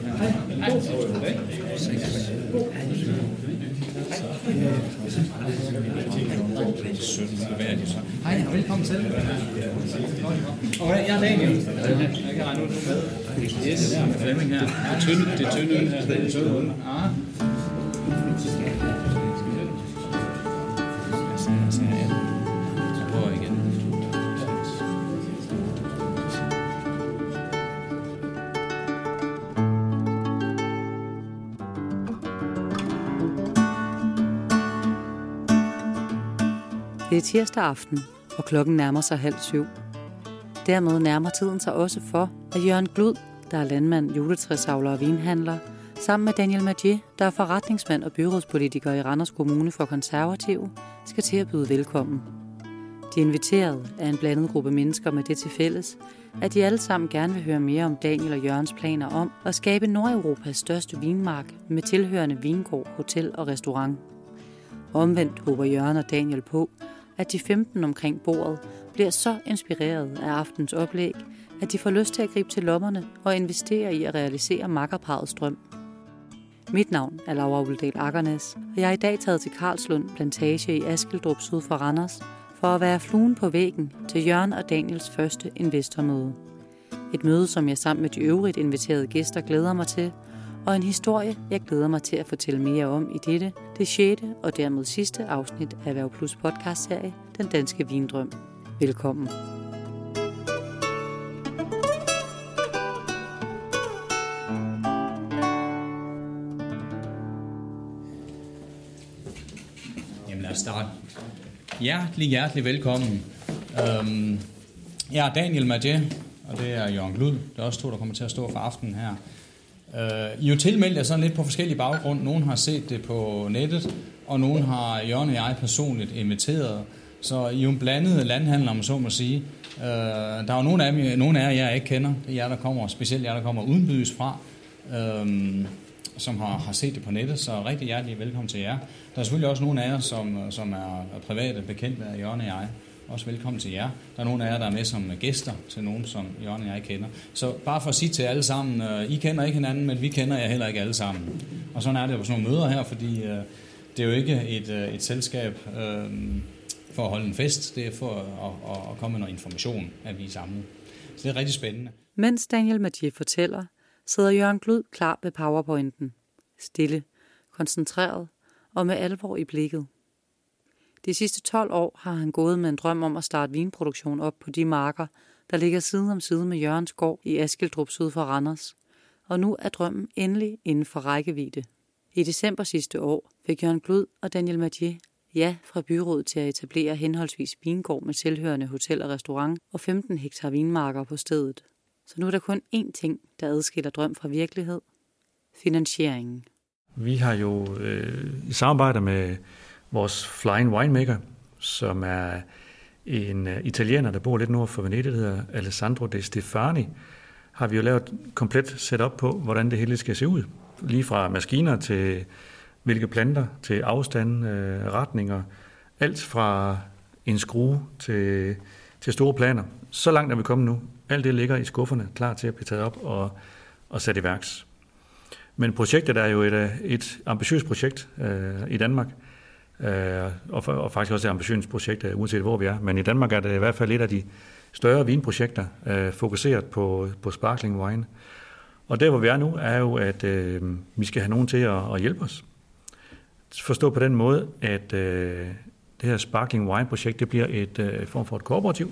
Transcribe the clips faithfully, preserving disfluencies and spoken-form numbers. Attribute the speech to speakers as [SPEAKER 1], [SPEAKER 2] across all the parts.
[SPEAKER 1] Hej, velkommen til. Og jeg er Daniel. Jeg kan regne ud med. Yes, der er Flemming her. Det er tynde, det er tynde øl her. Det er tynde øl. Ah. Så prøver jeg igen.
[SPEAKER 2] Det er tirsdag aften, og klokken nærmer sig halv syv. Dermed nærmer tiden sig også for, at Jørgen Glud, der er landmand, juletræsavler og vinhandler, sammen med Daniel Majier, der er forretningsmand og byrådspolitiker i Randers Kommune for Konservative, skal til at byde velkommen. De inviterede er en blandet gruppe mennesker med det til fælles, at de alle sammen gerne vil høre mere om Daniel og Jørgens planer om at skabe Nordeuropas største vinmark med tilhørende vingård, hotel og restaurant. Omvendt håber Jørgen og Daniel på, at de femten omkring bordet bliver så inspireret af aftens oplæg, at de får lyst til at gribe til lommerne og investere i at realisere makkerparrets drøm. Mit navn er Laura Uldal Akkernes, og jeg er i dag taget til Karlslund Plantage i Askeldrup syd for Randers, for at være fluen på væggen til Jørgen og Daniels første investormøde. Et møde, som jeg sammen med de øvrigt inviterede gæster glæder mig til, og en historie, jeg glæder mig til at fortælle mere om i dette, det sjette og dermed sidste afsnit af Erhverv Plus podcastserie, Den Danske Vindrøm. Velkommen.
[SPEAKER 1] Jamen lad os starte. Hjertelig, hjertelig velkommen. Øhm, jeg er Daniel Majier, og det er Jørgen Glud. Det er også to, der kommer til at stå for aftenen her. Uh, I er jo tilmeldt jer sådan lidt på forskellige baggrund. Nogen har set det på nettet, og nogen har Jørgen og jeg personligt inviteret. Så I er jo en blandet landhandler, om så må sige. Uh, der er jo nogle af, jer, nogle af jer, jeg ikke kender. Det er jer, der kommer, specielt jer, der kommer udenbys fra, uh, som har, har set det på nettet. Så rigtig hjertelig velkommen til jer. Der er selvfølgelig også nogle af jer, som, som er private bekendt med Jørgen og jeg. Også velkommen til jer. Der er nogle af jer, der er med som gæster til nogen, som Jørgen og jeg kender. Så bare for at sige til alle sammen, uh, I kender ikke hinanden, men vi kender jer heller ikke alle sammen. Og sådan er det jo på sådan nogle møder her, fordi uh, det er jo ikke et, uh, et selskab uh, for at holde en fest. Det er for at, at, at komme med noget information, at vi er samlet. Så det er rigtig spændende.
[SPEAKER 2] Mens Daniel Majier fortæller, sidder Jørgen Glud klar ved powerpointen. Stille, koncentreret og med alvor i blikket. De sidste tolv år har han gået med en drøm om at starte vinproduktion op på de marker, der ligger side om side med Jørgens gård i Askeldrup syd for Randers. Og nu er drømmen endelig inden for rækkevidde. I december sidste år fik Jørgen Glud og Daniel Majier ja fra byrådet til at etablere henholdsvis vingård med tilhørende hotel og restaurant og femten hektar vinmarker på stedet. Så nu er der kun én ting, der adskiller drøm fra virkelighed. Finansieringen.
[SPEAKER 3] Vi har jo øh, i samarbejde med vores Flying Winemaker, som er en italiener, der bor lidt nord for Venedig, der hedder Alessandro De Stefani, har vi jo lavet et komplet setup på, hvordan det hele skal se ud. Lige fra maskiner til hvilke planter, til afstand, øh, retninger, alt fra en skrue til, til store planer. Så langt er vi kommet nu. Alt det ligger i skufferne, klar til at blive taget op og, og sat i værks. Men projektet er jo et, et ambitiøst projekt øh, i Danmark, øh, og, og faktisk også et ambitiøst projekt, øh, uanset hvor vi er. Men i Danmark er det i hvert fald et af de større vinprojekter, øh, fokuseret på, på sparkling wine. Og der, hvor vi er nu, er jo, at øh, vi skal have nogen til at, at hjælpe os. Forstå på den måde, at øh, det her sparkling wine-projekt, det bliver et øh, form for et kooperativ.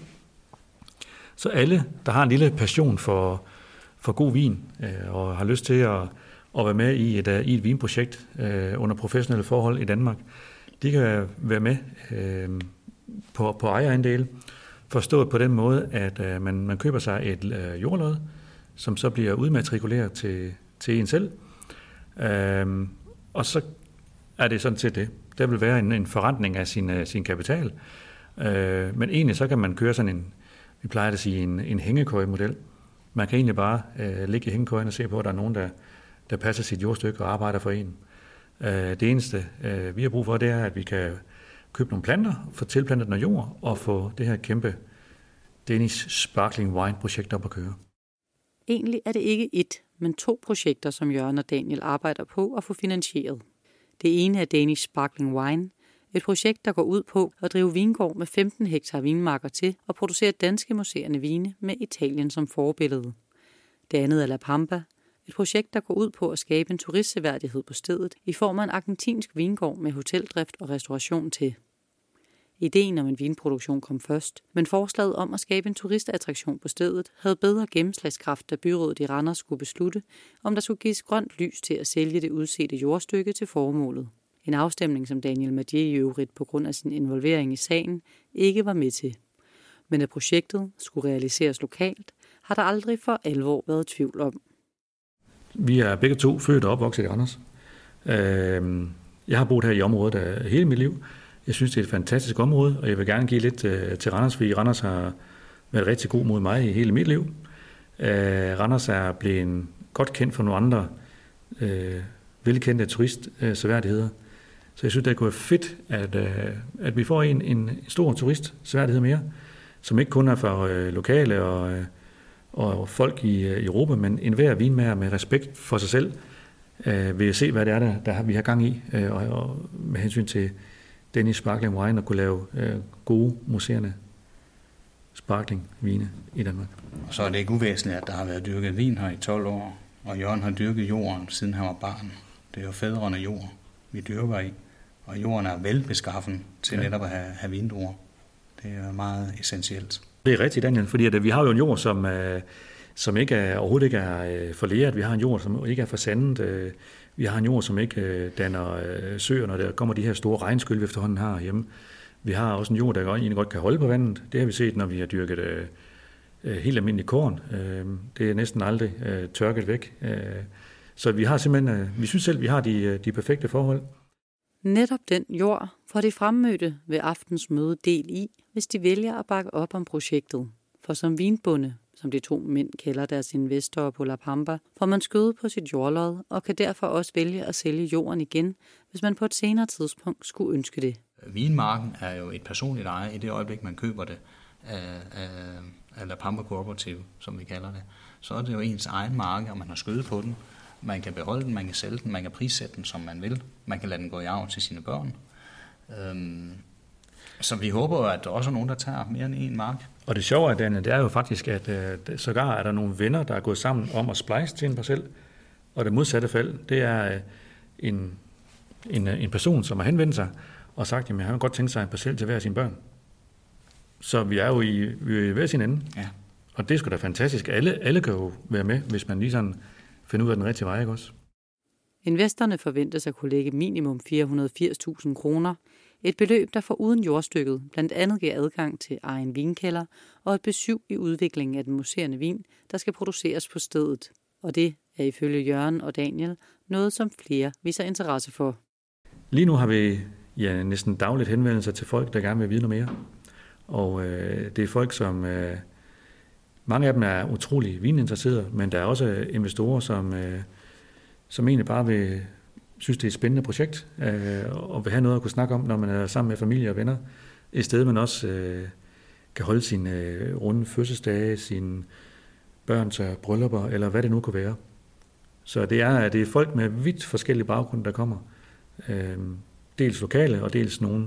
[SPEAKER 3] Så alle, der har en lille passion for, for god vin, øh, og har lyst til at, at være med i et, uh, i et vinprojekt øh, under professionelle forhold i Danmark, de kan være med øh, på, på ejerandel. Forstået på den måde, at øh, man, man køber sig et øh, jordlod, som så bliver udmatrikuleret til, til en selv. Øh, og så er det sådan set det. Der vil være en, en forrentning af sin, uh, sin kapital. Øh, men egentlig så kan man køre sådan en, vi plejer at sige, en, en hængekøje-model. Man kan egentlig bare øh, ligge i hængekøjen og se på, at der er nogen, der, der passer sit jordstykke og arbejder for en. Øh, det eneste, øh, vi har brug for, det er, at vi kan købe nogle planter, få tilplantet noget jord og få det her kæmpe Danish Sparkling Wine-projekt op at køre.
[SPEAKER 2] Egentlig er det ikke et, men to projekter, som Jørgen og Daniel arbejder på at få finansieret. Det ene er Danish Sparkling Wine, et projekt, der går ud på at drive vingård med femten hektar vinmarker til og producere danske mousserende vine med Italien som forbillede. Det andet er La Pampa, et projekt, der går ud på at skabe en turistseværdighed på stedet i form af en argentinsk vingård med hoteldrift og restauration til. Ideen om en vinproduktion kom først, men forslaget om at skabe en turistattraktion på stedet havde bedre gennemslagskraft, da byrådet i Randers skulle beslutte, om der skulle gives grønt lys til at sælge det udsete jordstykke til formålet. En afstemning, som Daniel Madier i øvrigt på grund af sin involvering i sagen ikke var med til. Men at projektet skulle realiseres lokalt, har der aldrig for alvor været tvivl om.
[SPEAKER 3] Vi er begge to født og opvokset i Randers. Jeg har boet her i området hele mit liv. Jeg synes, det er et fantastisk område, og jeg vil gerne give lidt til Randers, fordi Randers har været rigtig god mod mig i hele mit liv. Randers er blevet godt kendt for nogle andre velkendte turistseværdigheder. Så jeg synes, det kunne være fedt, at, at vi får en, en stor turistseværdighed mere, som ikke kun er for lokale og, og folk i Europa, men enhver vinmager med respekt for sig selv vil se, hvad det er, der, der vi har gang i, og, og med hensyn til Danish Sparkling Wine og kunne lave øh, gode, mousserende sparkling vine i Danmark.
[SPEAKER 1] Og så er det ikke uvæsentligt, at der har været dyrket vin her i tolv år, og Jørgen har dyrket jorden, siden han var barn. Det er jo fædrene jord, vi dyrker i, og jorden er velbeskaffen til ja. netop at have, have vindruer. Det er meget essentielt. Det
[SPEAKER 3] er rigtigt, Daniel, fordi at vi har jo en jord, som, øh, som ikke er, overhovedet ikke er øh, forleret. Vi har en jord, som ikke er for sandet. Øh, Vi har en jord, som ikke øh, danner øh, søer, når der kommer de her store regnskyl, vi efterhånden har hjemme. Vi har også en jord, der egentlig godt kan holde på vandet. Det har vi set, når vi har dyrket øh, øh, helt almindelig korn. Øh, det er næsten aldrig øh, tørket væk. Øh, så vi har simpelthen, øh, vi synes selv, vi har de, de perfekte forhold.
[SPEAKER 2] Netop den jord får de fremmødte ved aftens møde del i, hvis de vælger at bakke op om projektet. For som vinbonde, som de to mænd kalder deres investorer på La Pampa, får man skøde på sit jordlod og kan derfor også vælge at sælge jorden igen, hvis man på et senere tidspunkt skulle ønske det.
[SPEAKER 1] Vinmarken er jo et personligt eje i det øjeblik, man køber det af, af, af La Pampa Cooperative, som vi kalder det. Så er det jo ens egen marke, og man har skøde på den. Man kan beholde den, man kan sælge den, man kan prissætte den, som man vil. Man kan lade den gå i arv til sine børn. Øhm, så vi håber jo, at der også er nogen, der tager mere end en mark.
[SPEAKER 3] Og det sjove af det, det er jo faktisk, at uh, sågar er der nogle venner, der er gået sammen om at splice til en parcel. Og det modsatte fald, det er uh, en, en, en person, som har henvendt sig og sagt, at han har godt tænkt sig en parcel til hver sine børn. Så vi er jo i, vi er i hver sin ende.
[SPEAKER 1] Ja.
[SPEAKER 3] Og det er sgu da fantastisk. Alle, alle kan jo være med, hvis man lige sådan finder ud af den rigtige vej, ikke også?
[SPEAKER 2] Investorerne forventes at kunne lægge minimum fire hundrede og firs tusind kroner. Et beløb, der foruden jordstykket blandt andet giver adgang til egen vinkælder og et besøg i udviklingen af den mousserende vin, der skal produceres på stedet. Og det er ifølge Jørgen og Daniel noget, som flere viser interesse for.
[SPEAKER 3] Lige nu har vi ja, næsten dagligt henvendelser til folk, der gerne vil vide noget mere. Og øh, det er folk, som... Øh, mange af dem er utrolig vininteresserede, men der er også investorer, som, øh, som egentlig bare vil... synes, det er et spændende projekt, øh, og vil have noget at kunne snakke om, når man er sammen med familie og venner. Et sted, man også øh, kan holde sine øh, runde fødselsdage, sine børns bryllupper, eller hvad det nu kunne være. Så det er, det er folk med vidt forskellige baggrunde, der kommer. Øh, dels lokale, og dels nogen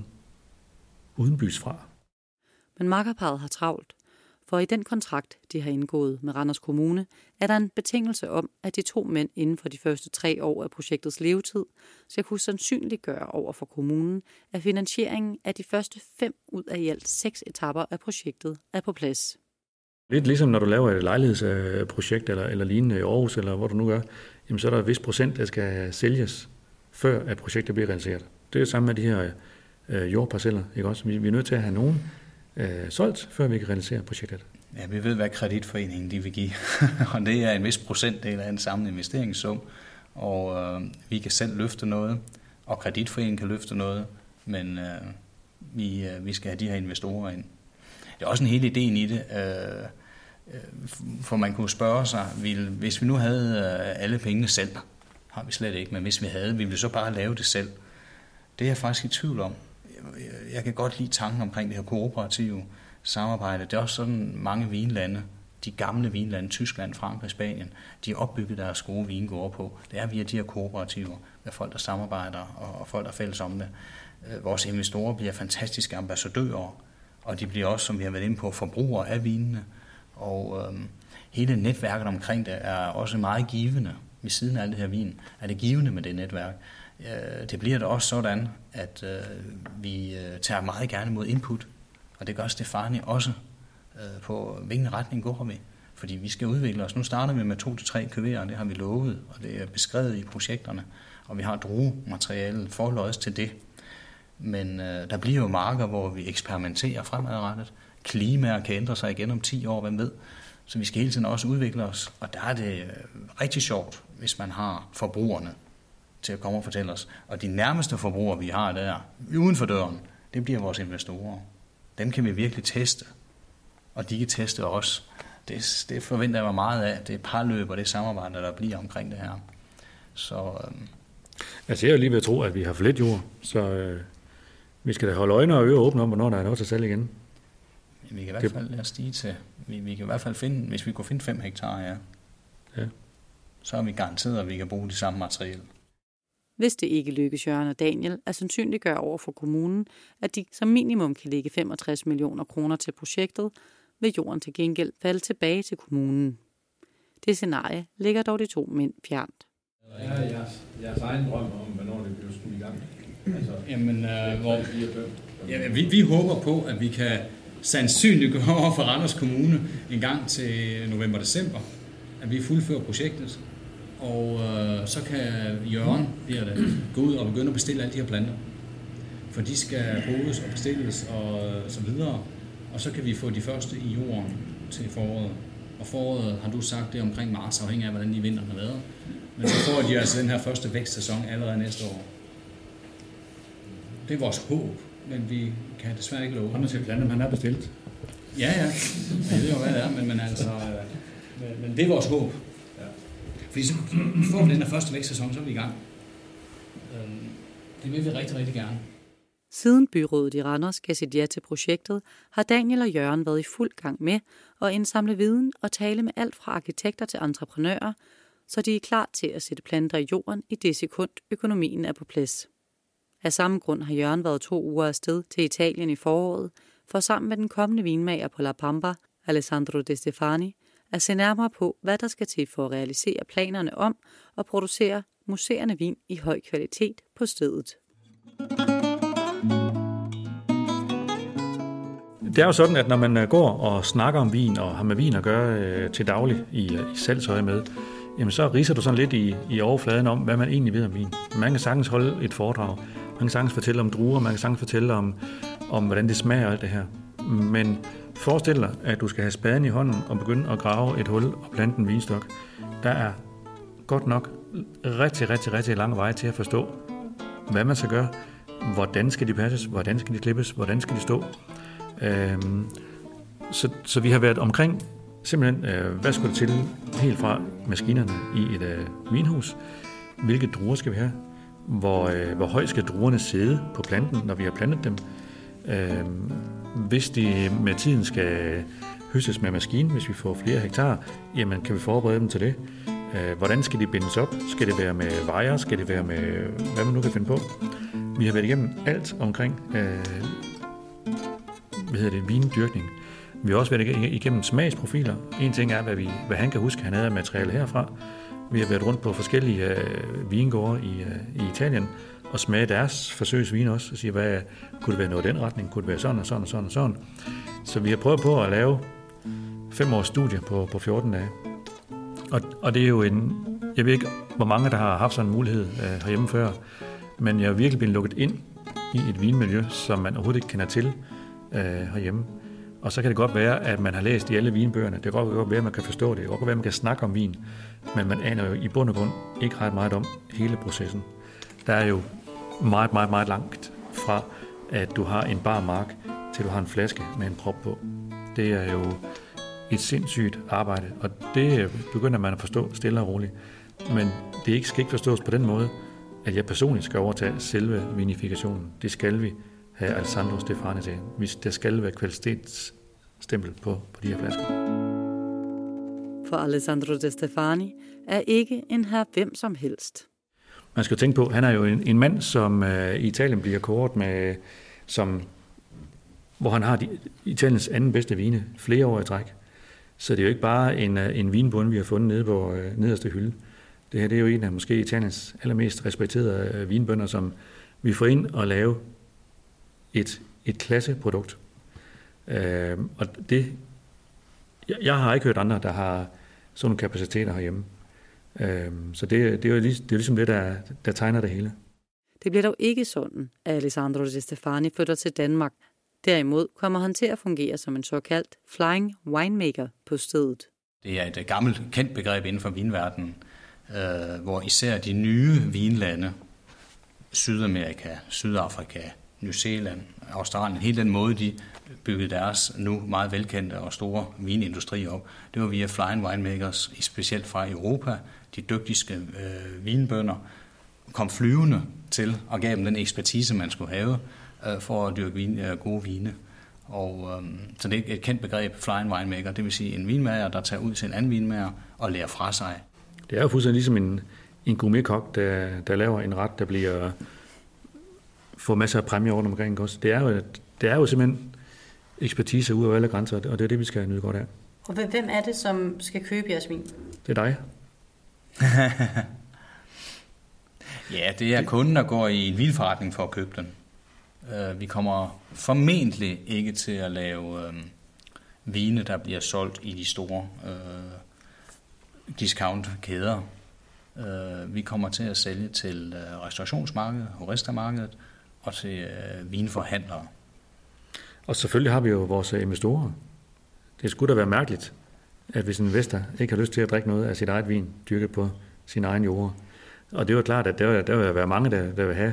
[SPEAKER 3] udenbys fra.
[SPEAKER 2] Men makkerparret har travlt. For i den kontrakt, de har indgået med Randers Kommune, er der en betingelse om, at de to mænd inden for de første tre år af projektets levetid skal kunne sandsynliggøre over for kommunen, at finansieringen af de første fem ud af i alt seks etapper af projektet er på plads.
[SPEAKER 3] Lidt ligesom når du laver et lejlighedsprojekt eller, eller lignende i Aarhus, eller hvor du nu gør, jamen så er der et vis procent, der skal sælges, før at projektet bliver realiseret. Det er jo samme med de her øh, jordparceller, ikke også? Vi, vi er nødt til at have nogen øh, solgt, før vi kan realisere projektet.
[SPEAKER 1] Ja, vi ved, hvad kreditforeningen de vil give, og det er en vis procentdel af en samlet investeringssum, og øh, vi kan selv løfte noget, og kreditforeningen kan løfte noget, men øh, vi, øh, vi skal have de her investorer ind. Det er også en hel idé i det, øh, øh, for man kunne spørge sig, vil, hvis vi nu havde øh, alle pengene selv, har vi slet ikke, men hvis vi havde, ville vi så bare lave det selv. Det er jeg faktisk i tvivl om. Jeg kan godt lide tanken omkring det her kooperative samarbejde. Det er også sådan, mange vinlande, de gamle vinlande, Tyskland, Frankrig, Spanien, de har opbygget deres gode vingårde på. Det er via de her kooperativer med folk, der samarbejder og folk, der er fælles om det. Vores investorer bliver fantastiske ambassadører, og de bliver også, som vi har været inde på, forbrugere af vinene. Og øhm, hele netværket omkring det er også meget givende. Ved siden af alt det her vin er det givende med det netværk. Øh, det bliver da også sådan, at øh, vi øh, tager meget gerne mod input, og det gør Stefani også. Øh, på hvilken retning går vi? Fordi vi skal udvikle os. Nu starter vi med to til tre kuverer, det har vi lovet, og det er beskrevet i projekterne, og vi har druematerialet forløjes til det. Men øh, der bliver jo marker, hvor vi eksperimenterer fremadrettet. Klimaer kan ændre sig igen om ti år, hvem ved. Så vi skal hele tiden også udvikle os, og der er det øh, rigtig sjovt, hvis man har forbrugerne til at komme og fortælle os. Og de nærmeste forbrugere, vi har der, uden for døren, det bliver vores investorer. Dem kan vi virkelig teste, og de kan teste os. Det, det forventer jeg mig meget af, det parløb og det samarbejde, der bliver omkring det her. Så, øhm.
[SPEAKER 3] Altså jeg er lige ved at tro, at vi har for lidt jord, så øh, vi skal da holde øjne og ører åbne om, hvornår der er noget til salg igen.
[SPEAKER 1] Vi kan i hvert fald lade os stige til, vi, vi kan i hvert fald finde, hvis vi kunne finde fem hektar, ja,
[SPEAKER 3] ja.
[SPEAKER 1] så er vi garanteret, at vi kan bruge det samme materiale.
[SPEAKER 2] Hvis det ikke lykkes Jørgen og Daniel at sandsynliggøre over for kommunen, at de som minimum kan lægge femogtres millioner kroner til projektet, vil jorden til gengæld falde tilbage til kommunen. Det scenarie ligger dog de to mænd fjernt.
[SPEAKER 4] Jeg har jeres, jeres egen drøm om, hvornår det bliver skudt i gang. Altså,
[SPEAKER 1] Jamen, øh, hvor, ja, vi, vi håber på, at vi kan sandsynliggøre over for Randers Kommune en gang til november-december, at vi fuldfører projektet. Og øh, så kan Jørgen bliver det, gå ud og begynde at bestille alle de her planter. For de skal bruges og bestilles og så videre. Og så kan vi få de første i jorden til foråret. Og foråret har du sagt, det er omkring marts, afhængig af, hvordan de vinteren har været. Men så får de altså den her første vækstsæson allerede næste år. Det er vores håb, men vi kan desværre ikke love.
[SPEAKER 3] Hvordan skal plante, man er bestilt?
[SPEAKER 1] Ja, ja. Jeg ved jo, hvad det er, men, men altså, men, men det er vores håb. Ja. Fordi så får vi den her første vækstsæson, så er vi i gang. Det vil vi rigtig, rigtig gerne.
[SPEAKER 2] Siden byrådet i Randers gav sit ja til projektet, har Daniel og Jørgen været i fuld gang med at indsamle viden og tale med alt fra arkitekter til entreprenører, så de er klar til at sætte planter i jorden i det sekund, økonomien er på plads. Af samme grund har Jørgen været to uger afsted til Italien i foråret, for sammen med den kommende vinmager på La Pampa, Alessandro De Stefani, at se nærmere på, hvad der skal til for at realisere planerne om og producere mousserende vin i høj kvalitet på stedet.
[SPEAKER 3] Det er jo sådan, at når man går og snakker om vin og har med vin at gøre øh, til daglig i, i salgsøje med, jamen så ridser du sådan lidt i, i overfladen om, hvad man egentlig ved om vin. Man kan sagtens holde et foredrag, man kan sagtens fortælle om druer, man kan sagtens fortælle om, om hvordan det smager og alt det her. Men forestil dig, at du skal have spaden i hånden og begynde at grave et hul og plante en vinstok. Der er godt nok rigtig, rigtig, rigtig lang vej til at forstå, hvad man skal gøre, hvordan skal de passes, hvordan skal de klippes, hvordan skal de stå. Øhm, så, så vi har været omkring simpelthen, øh, hvad skulle det til helt fra maskinerne i et øh, vinhus, hvilke druer skal vi have, hvor, øh, hvor højt skal druerne sidde på planten, når vi har plantet dem, øh, hvis de med tiden skal høstes med maskinen, hvis vi får flere hektar, jamen kan vi forberede dem til det. Øh, hvordan skal de bindes op? Skal det være med vejer? Skal det være med, hvad man nu kan finde på? Vi har været igennem alt omkring øh, hvad hedder det, vindyrkning. Vi har også været igennem smagsprofiler. En ting er, hvad, vi, hvad han kan huske, han havde af materiale herfra. Vi har været rundt på forskellige øh, vingårde i, øh, i Italien og smage deres forsøgsvin også, og sige, hvad, kunne det være noget i den retning, kunne det være sådan og sådan og sådan og sådan. Så vi har prøvet på at lave fem års studie på, på fjorten dage. Og, og det er jo en, jeg ved ikke, hvor mange der har haft sådan en mulighed øh, herhjemme før, men jeg er virkelig blevet lukket ind i et vinmiljø, som man overhovedet ikke kender til øh, herhjemme. Og så kan det godt være, at man har læst i alle vinbøgerne. Det kan godt være, at man kan forstå det. Det kan godt være, at man kan snakke om vin. Men man aner jo i bund og grund ikke ret meget om hele processen. Der er jo meget, meget, meget langt fra, at du har en bar mark, til du har en flaske med en prop på. Det er jo et sindssygt arbejde, og det begynder man at forstå stille og roligt. Men det ikke, skal ikke forstås på den måde, at jeg personligt skal overtage selve vinifikationen. Det skal vi have Alessandro Stefani til. Der skal være kvalitetsstempel på, på de her flasker.
[SPEAKER 2] For Alessandro De Stefani er ikke en her hvem som helst.
[SPEAKER 3] Man skal tænke på, at han er jo en, en mand, som uh, i Italien bliver kåret med, som, hvor han har de, Italiens anden bedste vine flere år i træk. Så det er jo ikke bare en, en vinbund, vi har fundet nede på uh, nederste hylde. Det her det er jo en af måske Italiens allermest respekterede uh, vinbønder, som vi får ind og lave et, et klasseprodukt. Uh, og det, jeg, jeg har ikke hørt andre, der har sådan nogle kapaciteter herhjemme. Så det, det, er jo ligesom, det er ligesom det, der, der tegner det hele.
[SPEAKER 2] Det bliver dog ikke sådan, at Alessandro De Stefani flytter til Danmark. Derimod kommer han til at fungere som en såkaldt flying winemaker på stedet.
[SPEAKER 1] Det er et gammelt kendt begreb inden for vinverdenen, øh, hvor især de nye vinlande, Sydamerika, Sydafrika, New Zealand, Australien, hele den måde, de byggede deres nu meget velkendte og store vinindustri op, det var via flying winemakers, specielt fra Europa. De dygtigste øh, vinbønder kom flyvende til og gav dem den ekspertise, man skulle have øh, for at dyrke vin, øh, gode vine. Og, øh, så det er et kendt begreb, flying winemaker, det vil sige en vinmager, der tager ud til en anden vinmager og lærer fra sig.
[SPEAKER 3] Det er jo fuldstændig ligesom en, en gourmetkok, der, der laver en ret, der bliver får masser af præmier rundt omkring også. Det er jo, det er jo simpelthen ekspertise ud af alle grænser, og det er det, vi skal nyde godt af.
[SPEAKER 5] Og hvem er det, som skal købe jeres vin?
[SPEAKER 3] Det er dig.
[SPEAKER 1] Ja, det er kunden, der går i en vinforretning for at købe den. Vi kommer formentlig ikke til at lave vine, der bliver solgt i de store discountkæder. Vi kommer til at sælge til restaurationsmarkedet, horistamarkedet og til vinforhandlere.
[SPEAKER 3] Og selvfølgelig har vi jo vores investorer. Det skulle da være mærkeligt, at hvis en investor ikke har lyst til at drikke noget af sit eget vin, dyrket på sin egen jord. Og det er jo klart, at der vil, der vil være mange, der, der vil have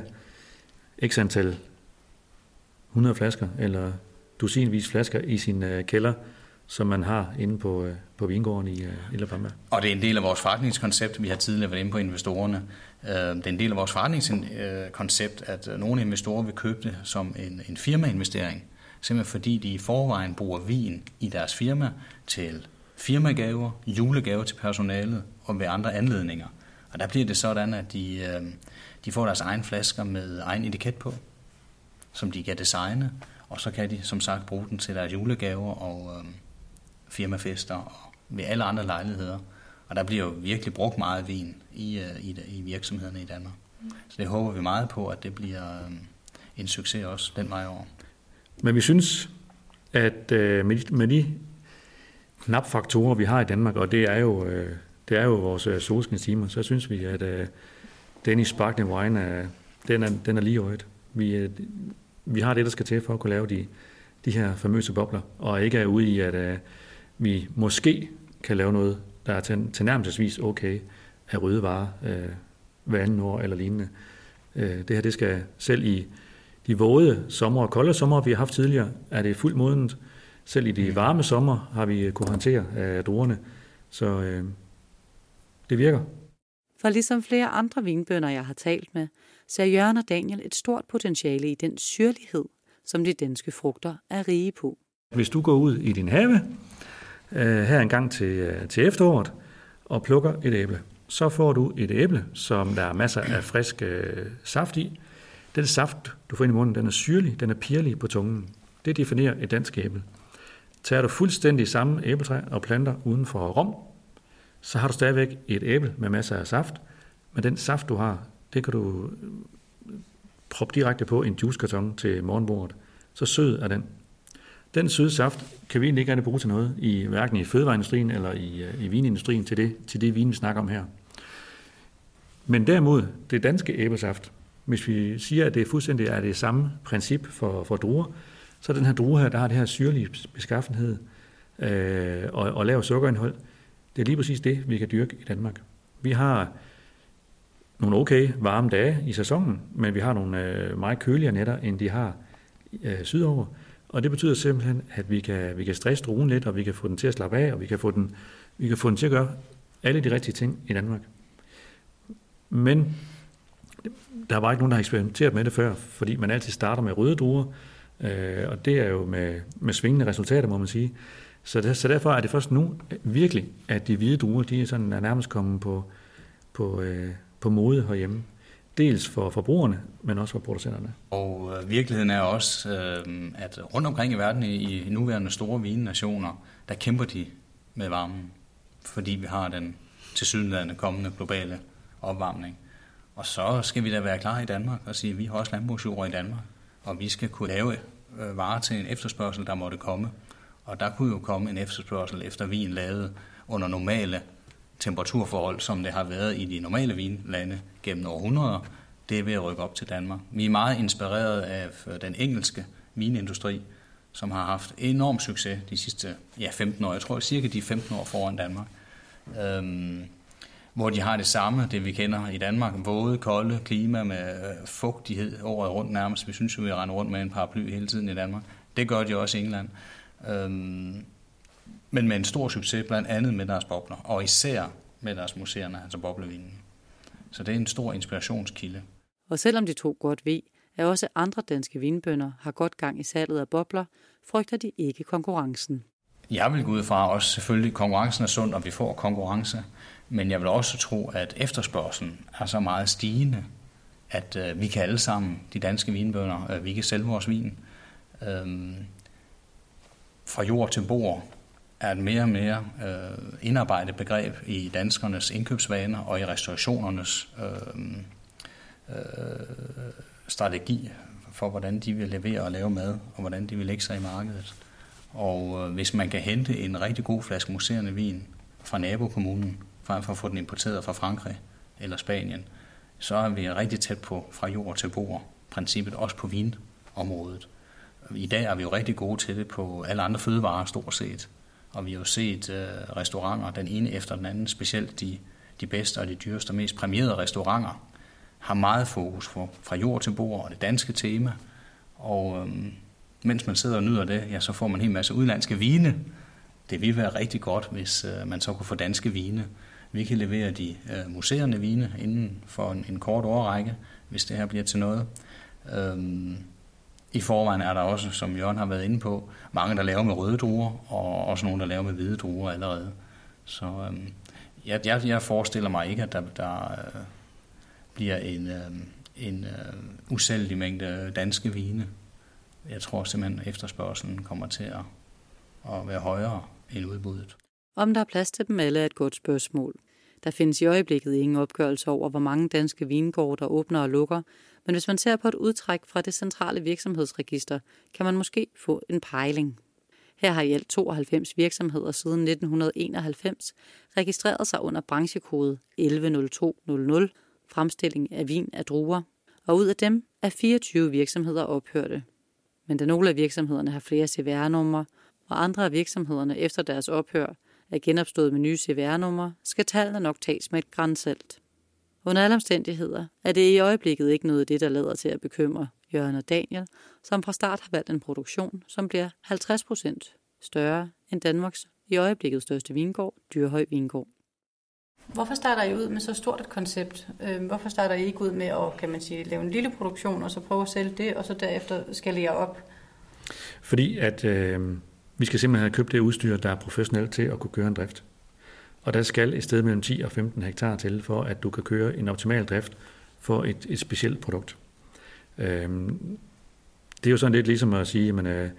[SPEAKER 3] x antal hundrede flasker, eller dusinvis flasker i sin uh, kælder, som man har inde på, uh, på vingården i, uh, i La Pampa.
[SPEAKER 1] Og det er en del af vores forretningskoncept. Vi har tidligere været inde på investorerne. Uh, det er en del af vores forretningskoncept, at uh, nogle investorer vil købe det som en, en firmainvestering. Simpelthen fordi de i forvejen bruger vin i deres firma til firmagaver, julegaver til personalet og ved andre anledninger. Og der bliver det sådan, at de, øh, de får deres egen flasker med egen etiket på, som de kan designe, og så kan de som sagt bruge den til deres julegaver og øh, firmafester og ved alle andre lejligheder. Og der bliver jo virkelig brugt meget vin i, øh, i, i virksomhederne i Danmark. Så det håber vi meget på, at det bliver øh, en succes også den vej over.
[SPEAKER 3] Men vi synes, at øh, med, de, med de knapfaktorer, vi har i Danmark, og det er jo, øh, det er jo vores øh, solskinstimer, så synes vi, at øh, Danish Sparkling Wine, er, den, er, den er lige øjet. Vi, øh, vi har det, der skal til for at kunne lave de, de her famøse bobler, og ikke er ude i, at øh, vi måske kan lave noget, der er til, til nærmelsesvis okay af røde varer øh, hver anden år eller lignende. Øh, det her, det skal selv i de våde sommer og kolde sommer, vi har haft tidligere, er det fuldt modent. Selv i de varme sommer har vi kunnet håndtere øh, druerne, så øh, det virker.
[SPEAKER 2] For ligesom flere andre vinbønder, jeg har talt med, ser Jørgen og Daniel et stort potentiale i den syrlighed, som de danske frugter er rige på.
[SPEAKER 3] Hvis du går ud i din have øh, her en gang til, øh, til efteråret og plukker et æble, så får du et æble, som der er masser af frisk øh, saft i. Den saft, du får ind i munden, den er syrlig, den er pirlig på tungen. Det definerer et dansk æble. Tager du fuldstændig samme æbletræ og planter uden for rom, så har du stadigvæk et æble med masser af saft. Men den saft, du har, det kan du proppe direkte på en juicekarton til morgenbordet. Så sød er den. Den søde saft kan vi egentlig ikke rigtig bruge til noget, i, hverken i fødevareindustrien eller i, i vinindustrien, til det, til det vin, vi snakker om her. Men derimod, det danske æblesaft, hvis vi siger, at det er fuldstændig er det samme princip for, for druer, så er den her druer her, der har det her syrlige beskaffenhed øh, og, og lav sukkerindhold. Det er lige præcis det, vi kan dyrke i Danmark. Vi har nogle okay varme dage i sæsonen, men vi har nogle øh, meget køligere nætter, end de har øh, sydover. Og det betyder simpelthen, at vi kan, vi kan stresse druen lidt, og vi kan få den til at slappe af, og vi kan få den, vi kan få den til at gøre alle de rigtige ting i Danmark. Men der var ikke nogen, der har eksperimenteret med det før, fordi man altid starter med røde druer, øh, og det er jo med, med svingende resultater, må man sige. Så, det, så derfor er det først nu virkelig, at de hvide druer, de er, sådan, er nærmest kommet på, på, øh, på mode herhjemme. Dels for forbrugerne, men også for producenterne.
[SPEAKER 1] Og øh, virkeligheden er også, øh, at rundt omkring i verden, i, i nuværende store vinnationer, der kæmper de med varmen, fordi vi har den tilsyneladende kommende globale opvarmning. Og så skal vi da være klar i Danmark og sige, at vi har også landbrugsjord i Danmark, og vi skal kunne lave øh, varer til en efterspørgsel, der måtte komme. Og der kunne jo komme en efterspørgsel efter vin lavet under normale temperaturforhold, som det har været i de normale vinlande gennem århundreder. Det er ved at rykke op til Danmark. Vi er meget inspireret af den engelske vinindustri, som har haft enorm succes de sidste ja, femten år. Jeg tror cirka de femten år foran Danmark. Øhm, hvor de har det samme, det vi kender i Danmark. Våde, kolde klima med fugtighed året rundt nærmest. Vi synes jo, vi render rundt med en paraply hele tiden i Danmark. Det gør de også i England. Øhm, men med en stor succes, blandt andet med deres bobler, og især med deres museerne, altså boblevinen. Så det er en stor inspirationskilde.
[SPEAKER 2] Og selvom de to godt ved, at også andre danske vinbønder har godt gang i salget af bobler, frygter de ikke konkurrencen.
[SPEAKER 1] Jeg vil gå ud fra også selvfølgelig, konkurrencen er sund, og vi får konkurrence, men jeg vil også tro, at efterspørgselen er så meget stigende, at øh, vi kan alle sammen, de danske vinbønder, øh, vi kan sælge vores vin. Øhm, fra jord til bord er et mere og mere øh, indarbejdet begreb i danskernes indkøbsvaner og i restaurationernes øh, øh, strategi for, hvordan de vil levere og lave mad, og hvordan de vil lægge sig i markedet. Og øh, hvis man kan hente en rigtig god flaske mousserende vin fra nabokommunen, frem for at få den importeret fra Frankrig eller Spanien, så er vi rigtig tæt på fra jord til bord princippet, også på vinområdet. I dag er vi jo rigtig gode til det på alle andre fødevarer stort set. Og vi har jo set øh, restauranter, den ene efter den anden, specielt de, de bedste og de dyreste og mest præmierede restauranter, har meget fokus på fra jord til bord og det danske tema. Og øhm, mens man sidder og nyder det, ja, så får man en hel masse udlandske vine. Det ville være rigtig godt, hvis øh, man så kunne få danske vine. Vi kan levere de øh, museerne vine inden for en, en kort årrække, hvis det her bliver til noget. Øhm, I forvejen er der også, som Jørgen har været inde på, mange, der laver med røde druer, og også nogle, der laver med hvide druer allerede. Så øhm, jeg, jeg, jeg forestiller mig ikke, at der, der øh, bliver en, øh, en øh, usælgelig mængde danske vine. Jeg tror simpelthen, at efterspørgselen kommer til at, at være højere end udbuddet.
[SPEAKER 2] Om der er plads til dem alle er et godt spørgsmål. Der findes i øjeblikket ingen opgørelse over, hvor mange danske vingårde der åbner og lukker, men hvis man ser på et udtræk fra det centrale virksomhedsregister, kan man måske få en pejling. Her har i alt tooghalvfems virksomheder siden nitten enoghalvfems registreret sig under branchekode elleve nul to nul nul, fremstilling af vin af druer, og ud af dem er fireogtyve virksomheder ophørte. Men da nogle af virksomhederne har flere C V R-numre, og andre af virksomhederne efter deres ophør er genopstået med nye C V R-numre, skal tallene nok tages med et gran salt. Under alle omstændigheder er det i øjeblikket ikke noget af det, der lader til at bekymre Jørgen og Daniel, som fra start har valgt en produktion, som bliver halvtreds procent større end Danmarks i øjeblikket største vingård, Dyrhøj Vingård.
[SPEAKER 5] Hvorfor starter I ud med så stort et koncept? Hvorfor starter I ikke ud med at, kan man sige, lave en lille produktion, og så prøve at sælge det, og så derefter skalere op?
[SPEAKER 3] Fordi at øh, vi skal simpelthen have købt det udstyr, der er professionelt til at kunne køre en drift. Og der skal et sted mellem ti og femten hektar til, for at du kan køre en optimal drift for et, et specielt produkt. Øh, det er jo sådan lidt ligesom at sige, at øh,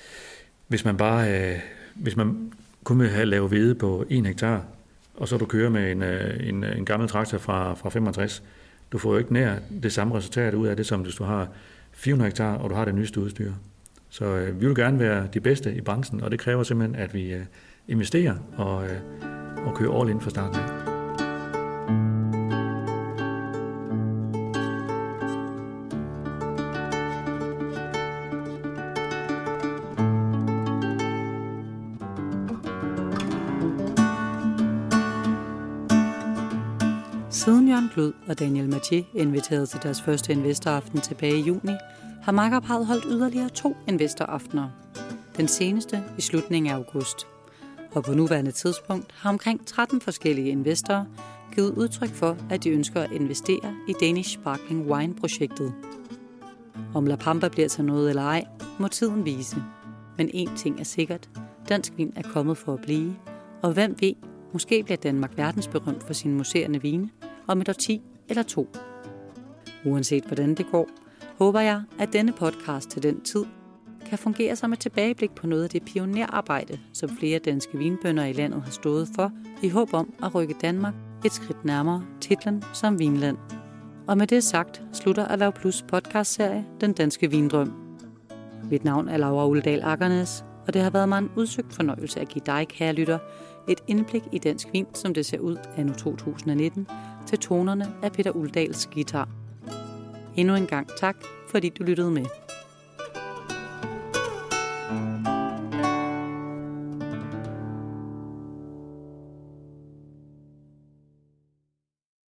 [SPEAKER 3] hvis man bare, øh, hvis man kun vil have lavet hvede på en hektar, og så du kører med en, en, en gammel traktor fra, fra femogtres, du får jo ikke nær det samme resultat ud af det, som hvis du har fire hundrede hektar, og du har det nyeste udstyr. Så øh, vi vil gerne være de bedste i branchen, og det kræver simpelthen, at vi øh, investerer og, øh, og kører all in fra starten af.
[SPEAKER 2] Siden Jørgen Glud og Daniel Mathieu inviterede til deres første investoraften tilbage i juni, har makkerparret holdt yderligere to investoraftener. Den seneste i slutningen af august. Og på nuværende tidspunkt har omkring tretten forskellige investorer givet udtryk for, at de ønsker at investere i Danish Sparkling Wine-projektet. Om La Pampa bliver til noget eller ej, må tiden vise. Men én ting er sikkert. dansk vin er kommet for at blive, og hvem ved, måske bliver Danmark verdensberømt for sine museerne vine om et årti eller to. Uanset hvordan det går, håber jeg, at denne podcast til den tid kan fungere som et tilbageblik på noget af det pionerarbejde, som flere danske vinbønder i landet har stået for, i håb om at rykke Danmark et skridt nærmere titlen som vinland. Og med det sagt slutter Erhverv Plus podcastserie Den Danske Vindrøm. Mit navn er Laura Uldal Akkernes, og det har været mig en udsøgt fornøjelse at give dig, kære lytter, et indblik i dansk vin, som det ser ud anno to tusind nitten, til tonerne af Peter Uldals guitar. Endnu en gang tak, fordi du lyttede med.